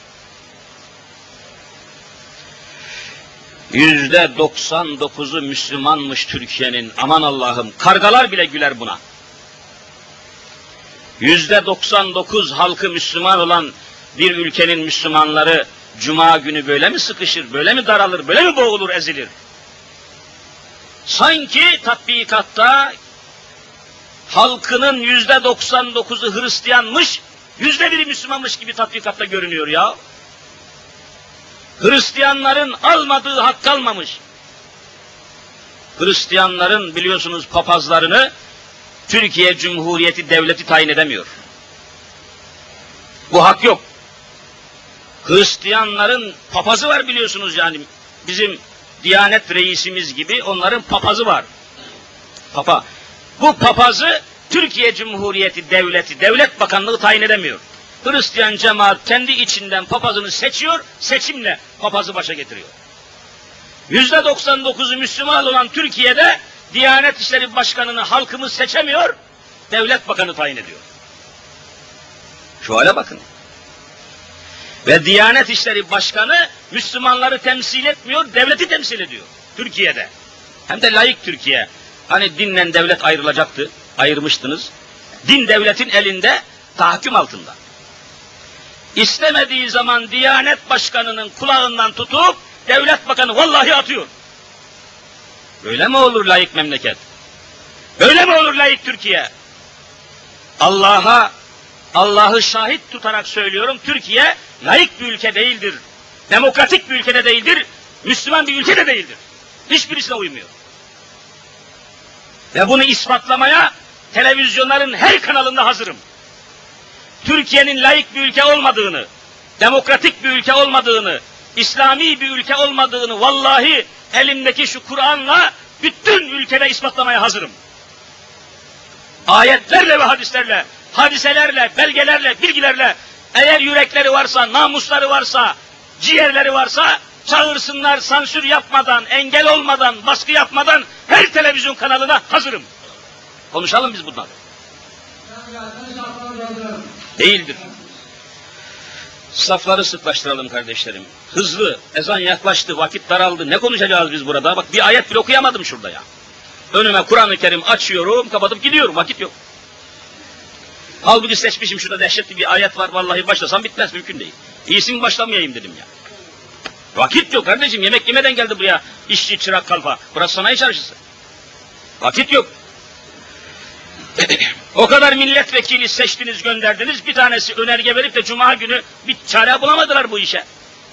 %99'u Müslümanmış Türkiye'nin. Aman Allah'ım, kargalar bile güler buna. %99 halkı Müslüman olan bir ülkenin Müslümanları cuma günü böyle mi sıkışır, böyle mi daralır, böyle mi boğulur, ezilir? Sanki tatbikatta halkının %99'u Hristiyanmış, %1'i Müslümanmış gibi tatbikatta görünüyor ya. Hristiyanların almadığı hak kalmamış. Hristiyanların biliyorsunuz papazlarını Türkiye Cumhuriyeti Devleti tayin edemiyor. Bu hak yok. Hristiyanların papazı var biliyorsunuz, yani bizim Diyanet reisimiz gibi onların papazı var. Papa. Bu papazı Türkiye Cumhuriyeti Devleti, Devlet Bakanlığı tayin edemiyor. Hristiyan cemaat kendi içinden papazını seçiyor, seçimle papazı başa getiriyor. %99'u Müslüman olan Türkiye'de Diyanet İşleri Başkanı'nı halkımız seçemiyor, devlet bakanı tayin ediyor. Şu hale bakın. Ve Diyanet İşleri Başkanı Müslümanları temsil etmiyor, devleti temsil ediyor Türkiye'de. Hem de layık Türkiye. Hani dinle devlet ayrılacaktı, ayırmıştınız. Din devletin elinde, tahakküm altında. İstemediği zaman Diyanet Başkanı'nın kulağından tutup devlet bakanı vallahi atıyor. Böyle mi olur layık memleket? Böyle mi olur layık Türkiye? Allah'ı şahit tutarak söylüyorum, Türkiye layık bir ülke değildir. Demokratik bir ülkede değildir. Müslüman bir ülkede değildir. Hiçbirisine uymuyor. Ve bunu ispatlamaya televizyonların her kanalında hazırım. Türkiye'nin layık bir ülke olmadığını, demokratik bir ülke olmadığını, İslami bir ülke olmadığını vallahi elimdeki şu Kur'an'la bütün ülkede ispatlamaya hazırım. Ayetlerle ve hadislerle, hadiselerle, belgelerle, bilgilerle, eğer yürekleri varsa, namusları varsa, ciğerleri varsa çağırsınlar, sansür yapmadan, engel olmadan, baskı yapmadan her televizyon kanalına hazırım. Konuşalım biz bunları. Değildir. Safları sıklaştıralım kardeşlerim. Hızlı, ezan yaklaştı, vakit daraldı. Ne konuşacağız biz burada? Bak bir ayet bile okuyamadım şurada ya. Önüme Kur'an-ı Kerim açıyorum, kapatıp gidiyorum, vakit yok. Halbuki seçmişim, şurada dehşetli bir ayet var, vallahi başlasam bitmez, mümkün değil. İyisini başlamayayım dedim ya. Vakit yok kardeşim, yemek yemeden geldi buraya işçi, çırak, kalfa. Burası sanayi çarşısı. Vakit yok. O kadar milletvekili seçtiniz, gönderdiniz, bir tanesi önerge verip de cuma günü bir çare bulamadılar bu işe.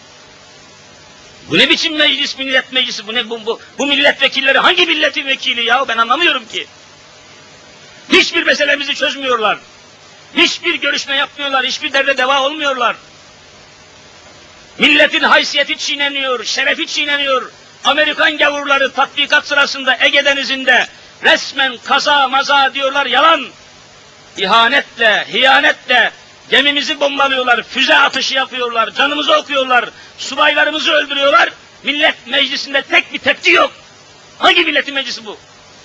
Bu ne biçim meclis, millet meclisi, bu milletvekilleri hangi milletin vekili ya, ben anlamıyorum ki. Hiçbir meselemizi çözmüyorlar. Hiçbir görüşme yapmıyorlar, hiçbir derde deva olmuyorlar. Milletin haysiyeti çiğneniyor, şerefi çiğneniyor. Amerikan gavurları tatbikat sırasında Ege Denizi'nde resmen kaza maza diyorlar, yalan. İhanetle, hiyanetle gemimizi bombalıyorlar, füze atışı yapıyorlar, canımızı okuyorlar, subaylarımızı öldürüyorlar. Millet meclisinde tek bir tepki yok. Hangi milletin meclisi bu?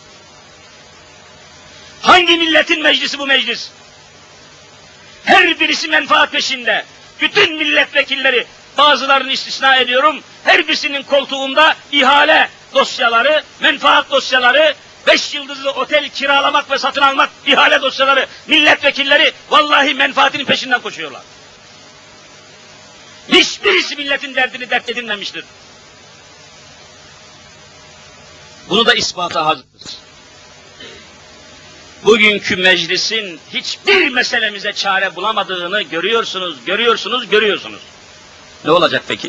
Hangi milletin meclisi bu meclis? Her birisi menfaat peşinde. Bütün milletvekilleri, bazılarını istisna ediyorum, her birisinin koltuğunda ihale dosyaları, menfaat dosyaları, 5 yıldızlı otel kiralamak ve satın almak ihale dosyaları, milletvekilleri vallahi menfaatinin peşinden koşuyorlar. Hiçbirisi milletin derdini dert edinmemiştir. Bunu da ispata hazırız. Bugünkü meclisin hiçbir meselemize çare bulamadığını görüyorsunuz. Ne olacak peki?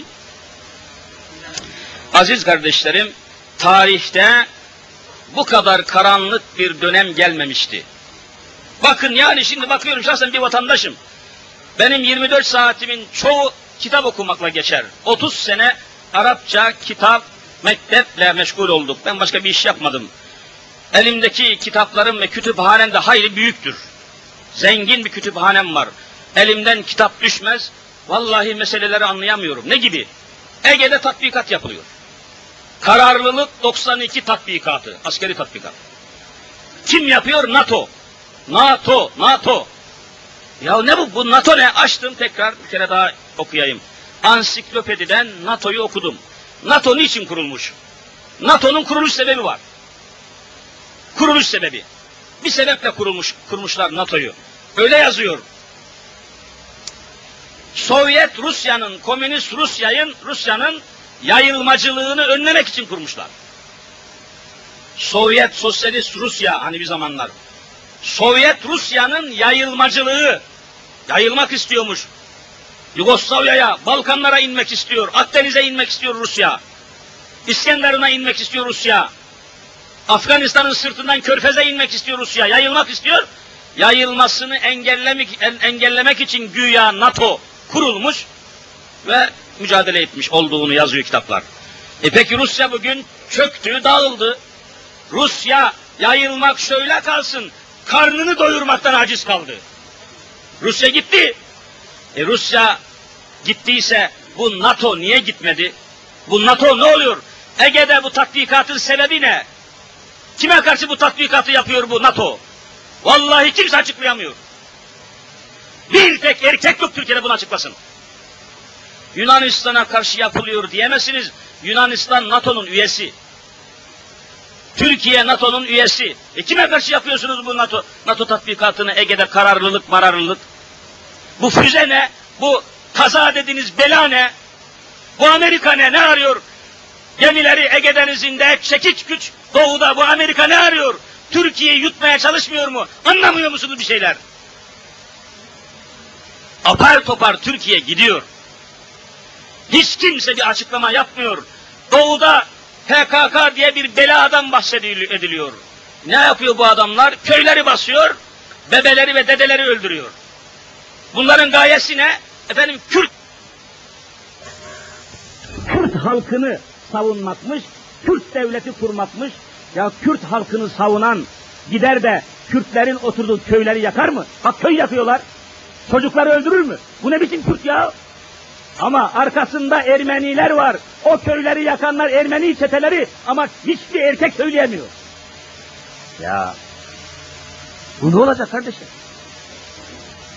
Aziz kardeşlerim, tarihte bu kadar karanlık bir dönem gelmemişti. Bakın yani şimdi bakıyorum, şahsen bir vatandaşım. Benim 24 saatimin çoğu kitap okumakla geçer. 30 sene Arapça kitap, mekteple meşgul olduk. Ben başka bir iş yapmadım. Elimdeki kitaplarım ve kütüphanem de hayli büyüktür. Zengin bir kütüphanem var. Elimden kitap düşmez. Vallahi meseleleri anlayamıyorum. Ne gibi? Ege'de tatbikat yapılıyor. Kararlılık 92 tatbikatı, askeri tatbikat. Kim yapıyor? NATO. Ya ne bu? Bu NATO ne? Açtım tekrar bir kere daha okuyayım. Ansiklopediden NATO'yu okudum. NATO niçin kurulmuş? NATO'nun kuruluş sebebi var. Kuruluş sebebi. Bir sebeple kurmuşlar NATO'yu. Öyle yazıyor. Sovyet Rusya'nın, komünist Rusya'nın yayılmacılığını önlemek için kurmuşlar. Sovyet Sosyalist Rusya hani bir zamanlar. Sovyet Rusya'nın yayılmacılığı, yayılmak istiyormuş. Yugoslavya'ya, Balkanlara inmek istiyor, Akdeniz'e inmek istiyor Rusya. İskenderun'a inmek istiyor Rusya. Afganistan'ın sırtından Körfez'e inmek istiyor Rusya, yayılmak istiyor. Yayılmasını engellemek için güya NATO kurulmuş ve mücadele etmiş olduğunu yazıyor kitaplar. Peki Rusya bugün çöktü, dağıldı. Rusya yayılmak şöyle kalsın, karnını doyurmaktan aciz kaldı. Rusya gitti. Rusya gittiyse bu NATO niye gitmedi? Bu NATO ne oluyor? Ege'de bu tatbikatın sebebi ne? Kime karşı bu tatbikatı yapıyor bu NATO? Vallahi kimse açıklayamıyor. Bir tek erkek yok Türkiye'de bunu açıklasın. Yunanistan'a karşı yapılıyor diyemezsiniz. Yunanistan NATO'nun üyesi. Türkiye NATO'nun üyesi. Kime karşı yapıyorsunuz bu NATO tatbikatını? Ege'de kararlılık, mararlılık. Bu füze ne? Bu kaza dediğiniz bela ne? Bu Amerika ne arıyor? Gemileri Ege Denizi'nde çekiç güç doğuda, bu Amerika ne arıyor? Türkiye'yi yutmaya çalışmıyor mu? Anlamıyor musunuz bir şeyler? Apar topar Türkiye gidiyor. Hiç kimse bir açıklama yapmıyor. Doğuda PKK diye bir beladan bahsediliyor. Ne yapıyor bu adamlar? Köyleri basıyor, bebeleri ve dedeleri öldürüyor. Bunların gayesi ne? Efendim Kürt halkını savunmakmış, Kürt devleti kurmakmış. Ya Kürt halkını savunan gider de Kürtlerin oturduğu köyleri yakar mı? Bak köy yakıyorlar. Çocukları öldürür mü? Bu ne biçim Kürt ya? Ama arkasında Ermeniler var. O köyleri yakanlar Ermeni çeteleri ama hiçbir erkek söyleyemiyor. Ya bu ne olacak kardeşim?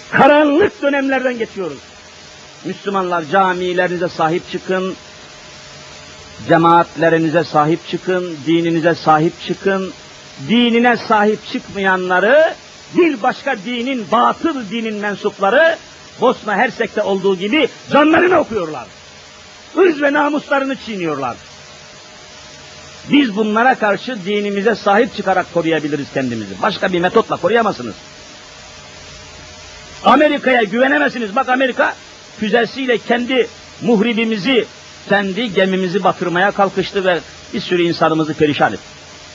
Karanlık dönemlerden geçiyoruz. Müslümanlar, camilerinize sahip çıkın, cemaatlerinize sahip çıkın, dininize sahip çıkın. Dinine sahip çıkmayanları, bir başka dinin, batıl dinin mensupları, Bosna Hersek'te olduğu gibi canlarını okuyorlar. Irz ve namuslarını çiğniyorlar. Biz bunlara karşı dinimize sahip çıkarak koruyabiliriz kendimizi. Başka bir metotla koruyamazsınız. Amerika'ya güvenemezsiniz. Bak, Amerika füzesiyle kendi muhribimizi, kendi gemimizi batırmaya kalkıştı ve bir sürü insanımızı perişan etti.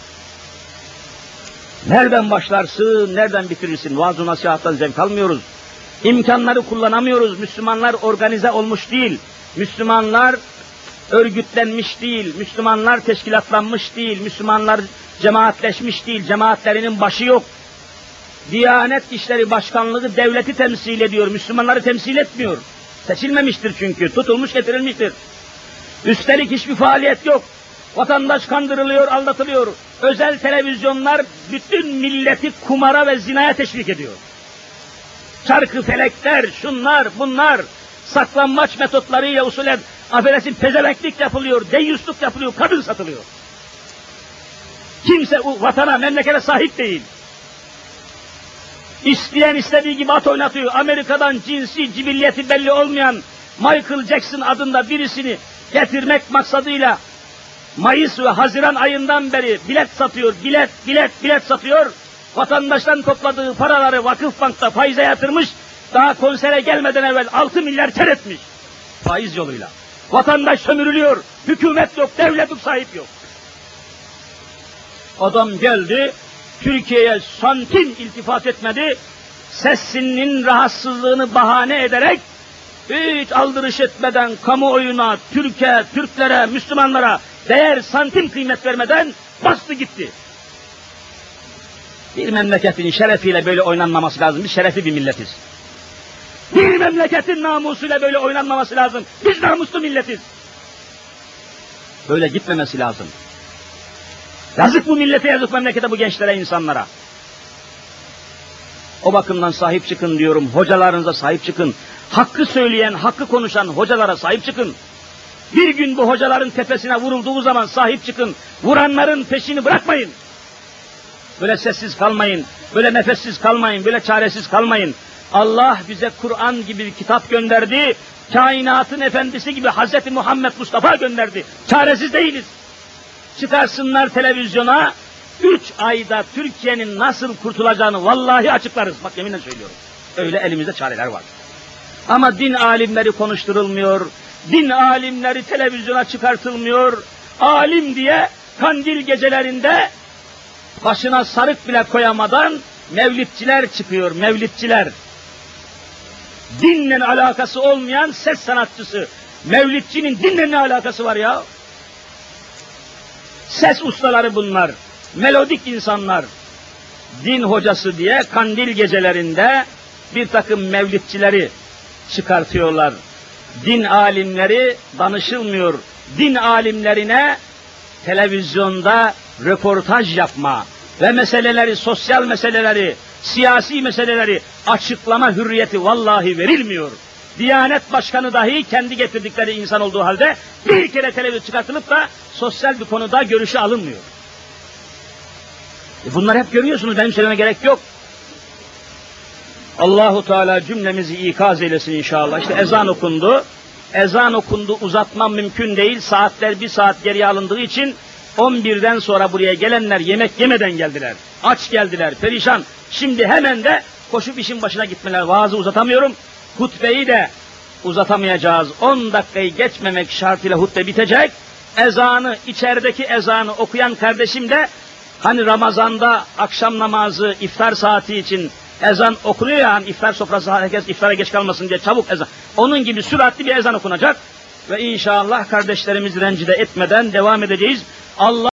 Nereden başlarsın, nereden bitirirsin? Vaaz-ı nasihattan zevk almıyoruz. İmkanları kullanamıyoruz. Müslümanlar organize olmuş değil. Müslümanlar örgütlenmiş değil. Müslümanlar teşkilatlanmış değil. Müslümanlar cemaatleşmiş değil. Cemaatlerinin başı yok. Diyanet İşleri Başkanlığı devleti temsil ediyor. Müslümanları temsil etmiyor. Seçilmemiştir çünkü. Tutulmuş, getirilmiştir. Üstelik hiçbir faaliyet yok. Vatandaş kandırılıyor, aldatılıyor. Özel televizyonlar bütün milleti kumara ve zinaya teşvik ediyor. Çarkı felekler, şunlar, bunlar, saklanmaç metotlarıyla usulen, affedersin, pezevenklik yapılıyor, deyyusluk yapılıyor, kadın satılıyor. Kimse vatana, memlekete sahip değil. İsteyen istediği gibi at oynatıyor. Amerika'dan cinsi, cibilliyeti belli olmayan Michael Jackson adında birisini getirmek maksadıyla Mayıs ve Haziran ayından beri bilet satıyor, bilet satıyor. Vatandaştan topladığı paraları Vakıfbank'ta faize yatırmış, daha konsere gelmeden evvel 6 milyar kar etmiş faiz yoluyla. Vatandaş sömürülüyor, hükümet yok, devlet yok, sahip yok. Adam geldi, Türkiye'ye santim iltifat etmedi, sesinin rahatsızlığını bahane ederek, hiç aldırış etmeden kamuoyuna, Türklere, Müslümanlara değer, santim kıymet vermeden bastı gitti. Bir memleketin şerefiyle böyle oynanmaması lazım. Biz şerefli bir milletiz. Bir memleketin namusuyla böyle oynanmaması lazım. Biz namuslu milletiz. Böyle gitmemesi lazım. Yazık bu millete, yazık memlekete, bu gençlere, insanlara. O bakımdan sahip çıkın diyorum. Hocalarınıza sahip çıkın. Hakkı söyleyen, hakkı konuşan hocalara sahip çıkın. Bir gün bu hocaların tepesine vurulduğu zaman sahip çıkın. Vuranların peşini bırakmayın. Böyle sessiz kalmayın, böyle nefessiz kalmayın, böyle çaresiz kalmayın. Allah bize Kur'an gibi bir kitap gönderdi. Kainatın efendisi gibi Hazreti Muhammed Mustafa gönderdi. Çaresiz değiliz. Çıkarsınlar televizyona, 3 ayda Türkiye'nin nasıl kurtulacağını vallahi açıklarız. Bak, yeminle söylüyorum. Öyle elimizde çareler var. Ama din alimleri konuşturulmuyor. Din alimleri televizyona çıkartılmıyor. Alim diye kandil gecelerinde başına sarık bile koyamadan mevlidçiler çıkıyor, mevlidçiler. Dinle alakası olmayan ses sanatçısı. Mevlidçinin dinle ne alakası var ya? Ses ustaları bunlar. Melodik insanlar. Din hocası diye kandil gecelerinde bir takım mevlidçileri çıkartıyorlar. Din alimleri danışılmıyor. Din alimlerine televizyonda röportaj yapma ve meseleleri, sosyal meseleleri, siyasi meseleleri açıklama hürriyeti vallahi verilmiyor. Diyanet Başkanı dahi kendi getirdikleri insan olduğu halde bir kere televizyon çıkartılıp da sosyal bir konuda görüşü alınmıyor. Bunları hep görüyorsunuz, benim söylememe gerek yok. Allahu Teala cümlemizi ikaz eylesin inşallah. İşte ezan okundu. Ezan okundu, uzatmam mümkün değil. Saatler bir saat geriye alındığı için 11'den sonra buraya gelenler yemek yemeden geldiler. Aç geldiler, perişan. Şimdi hemen de koşup işin başına gitmeler. Vaazı uzatamıyorum. Hutbeyi de uzatamayacağız. 10 dakikayı geçmemek şartıyla hutbe bitecek. Ezanı, içerideki ezanı okuyan kardeşim de hani Ramazan'da akşam namazı, iftar saati için ezan okunuyor ya, hani iftar sofrası, herkes iftara geç kalmasın diye çabuk ezan. Onun gibi süratli bir ezan okunacak ve inşallah kardeşlerimizi rencide etmeden devam edeceğiz. Allah